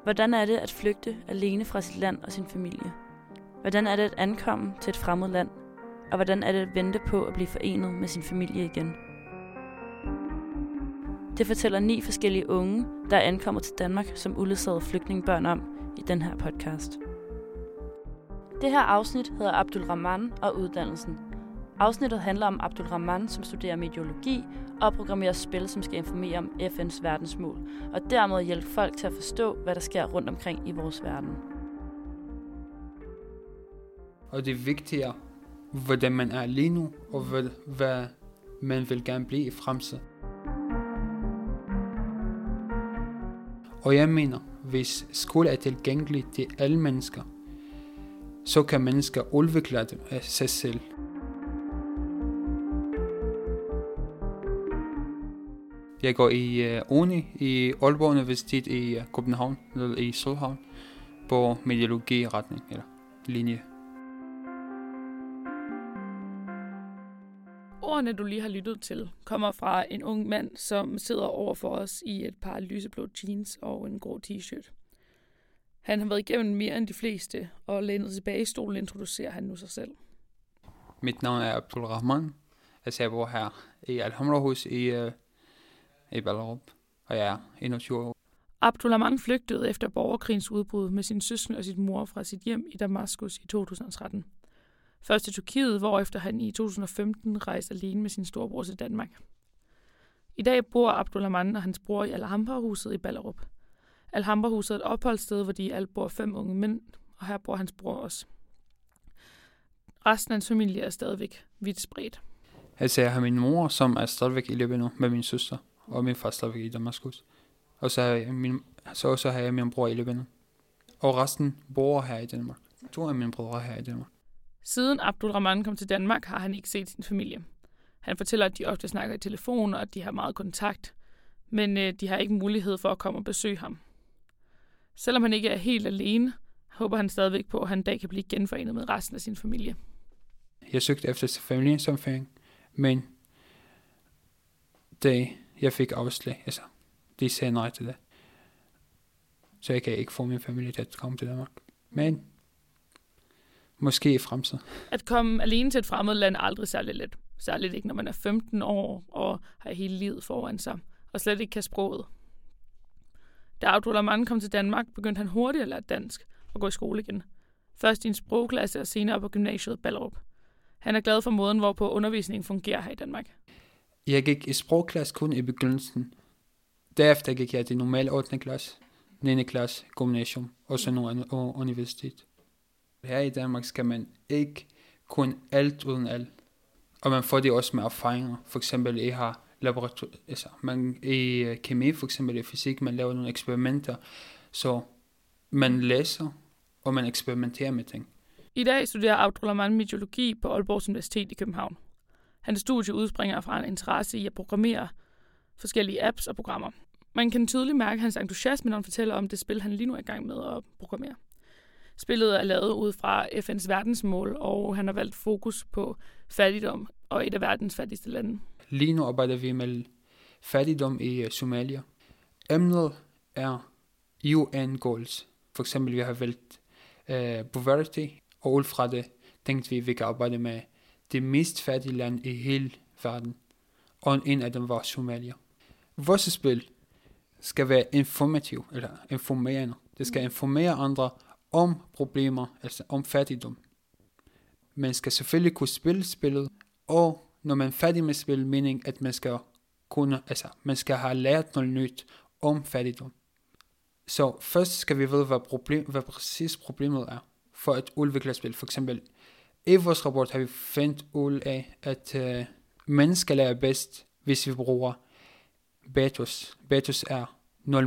Hvordan er det at flygte alene fra sit land og sin familie? Hvordan er det at ankomme til et fremmed land? Og hvordan er det at vente på at blive forenet med sin familie igen? Det fortæller 9 forskellige unge, der er ankommet til Danmark som uledsagede flygtningebørn om i den her podcast. Det her afsnit hedder Abdul Rahman og uddannelsen. Afsnittet handler om Abdul Rahman, som studerer mediologi og programmerer spil, som skal informere om FN's verdensmål, og dermed hjælpe folk til at forstå, hvad der sker rundt omkring i vores verden. Og det er vigtigere, hvordan man er lige nu, og hvad man vil gerne blive i fremtiden. Og jeg mener, hvis skole er tilgængelig til alle mennesker, så kan mennesker udvikle dem af sig selv. Jeg går i uni i Aalborg Universitet i København, eller i Sydhavn, på mediologi-retning eller linje. Ordene, du lige har lyttet til, kommer fra en ung mand, som sidder over for os i et par lyseblå jeans og en grå t-shirt. Han har været igennem mere end de fleste, og lænet tilbage i stolen introducerer han nu sig selv. Mit navn er Abdul Rahman. Jeg bor her i Alhamrahus i Ballerup, og jeg er 21 år. Abdul Rahman flygtede efter borgerkrigens udbrud med sin søskende og sit mor fra sit hjem i Damaskus i 2013. Først til Tyrkiet, hvorefter han i 2015 rejste alene med sin storebror til Danmark. I dag bor Abdul Rahman og hans bror i Alhambra-huset i Ballerup. Alhambra-huset er et opholdssted, hvor de i alt bor 5 unge mænd, og her bor hans bror også. Resten af hans familie er stadigvæk vidt spredt. Jeg har min mor, som er stadigvæk i Libanon med min søster, og min far stadigvæk i Damaskus. Og så har jeg min bror i Libanon. Og resten bor her i Danmark. 2 af mine brødre her i Danmark. Siden Abdul Rahman kom til Danmark, har han ikke set sin familie. Han fortæller, at de ofte snakker i telefon, og at de har meget kontakt, men de har ikke mulighed for at komme og besøge ham. Selvom han ikke er helt alene, håber han stadigvæk på, at han en dag kan blive genforenet med resten af sin familie. Jeg søgte efter familiesammenføring, men jeg fik afslag. De sagde nej til det. Så jeg kan ikke få min familie til at komme til Danmark. Men måske i fremtiden. At komme alene til et fremmed land er aldrig særlig let. Særligt ikke, når man er 15 år og har hele livet foran sig, og slet ikke kan sproget. Da Abdul Rahman kom til Danmark, begyndte han hurtigt at lære dansk og gå i skole igen. Først i en sprogklasse og senere på gymnasiet Ballerup. Han er glad for måden, hvorpå undervisningen fungerer her i Danmark. Jeg gik i sprogklasse kun i begyndelsen. Derefter gik jeg til normal 8. klasse, 9. klasse, gymnasium og så nu universitet. Her i Danmark skal man ikke kun alt uden alt. Og man får det også med erfaringer. For eksempel, I har i kemi, for eksempel i fysik, man laver nogle eksperimenter. Så man læser, og man eksperimenterer med ting. I dag studerer Abdul Rahman mediologi på Aalborg Universitet i København. Hans studie udspringer fra en interesse i at programmere forskellige apps og programmer. Man kan tydeligt mærke hans entusiasme, når han fortæller om det spil, han lige nu er i gang med at programmere. Spillet er lavet ud fra FN's verdensmål, og han har valgt fokus på fattigdom og et af verdens fattigste lande. Lige nu arbejder vi med fattigdom i Somalia. Emnet er UN goals. For eksempel, vi har valgt poverty, og ud fra det tænkte vi kan arbejde med det mest fattige land i hele verden. Og en af dem var Somalia. Vores spil skal være informativ, eller informerende. Det skal informere andre om problemer, altså om fattigdom. Man skal selvfølgelig kunne spille spillet, og når man er færdig med spillet, mening at man skal have lært noget nyt om fattigdom. Så først skal vi vide, hvad præcis problemet er, for at udvikle spil. For eksempel, i vores rapport har vi fundet ud af, at mennesker lærer bedst, hvis vi bruger Batos. Batos er noget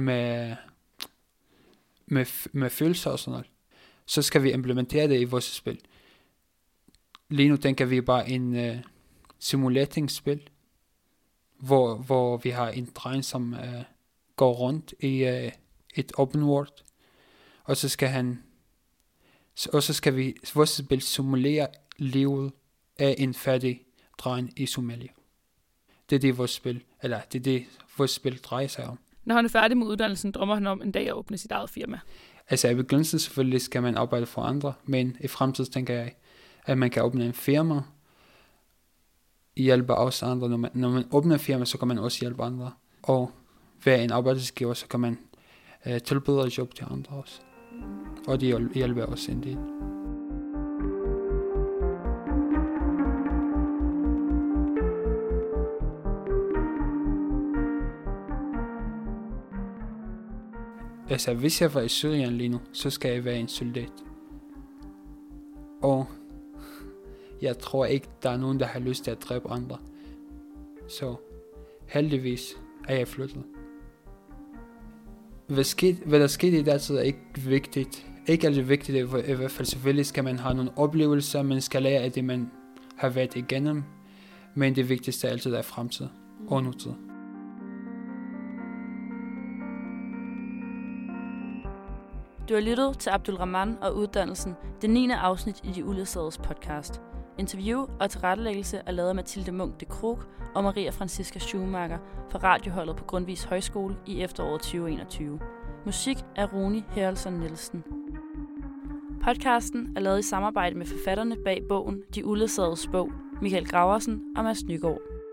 med følelser og sådan noget. Så skal vi implementere det i vores spil. Lige nu tænker vi bare en simulationsspil, hvor vi har en dreng, som går rundt i et open world, og så skal vi vores spil simulere livet af en fattig dreng i Somalia. Det er det vores spil, eller det er det vores spil drejer sig om. Når han er færdig med uddannelsen, drømmer han om en dag at åbne sit eget firma. Altså i begyndelsen selvfølgelig skal man arbejde for andre, men i fremtiden tænker jeg, at man kan åbne en firma, hjælpe også andre. Når man åbner en firma, så kan man også hjælpe andre. Og være en arbejdsgiver, så kan man tilbyde job til andre også. Og de hjælper også en del. Altså, hvis jeg var i Syrien lige nu, så skal jeg være en soldat. Og jeg tror ikke, der er nogen, der har lyst til at dræbe andre. Så heldigvis er jeg flyttet. Hvad der skete i den tid er ikke vigtigt. Ikke altid vigtigt, i hvert fald selvfølgelig skal man have nogle oplevelser, man skal lære af det, man har været igennem. Men det vigtigste er altid fremtid og nutid. Du har lyttet til Abdulrahman og uddannelsen, det 9. afsnit i De Uledsagedes podcast. Interview og tilrettelæggelse er lavet af Mathilde Munk de Krog og Maria Francisca Schumacher fra radioholdet på Grundtvigs Højskole i efteråret 2021. Musik af Rune Haraldsson Nielsen. Podcasten er lavet i samarbejde med forfatterne bag bogen De Uledsagedes bog, Michael Graversen og Mads Nygaard.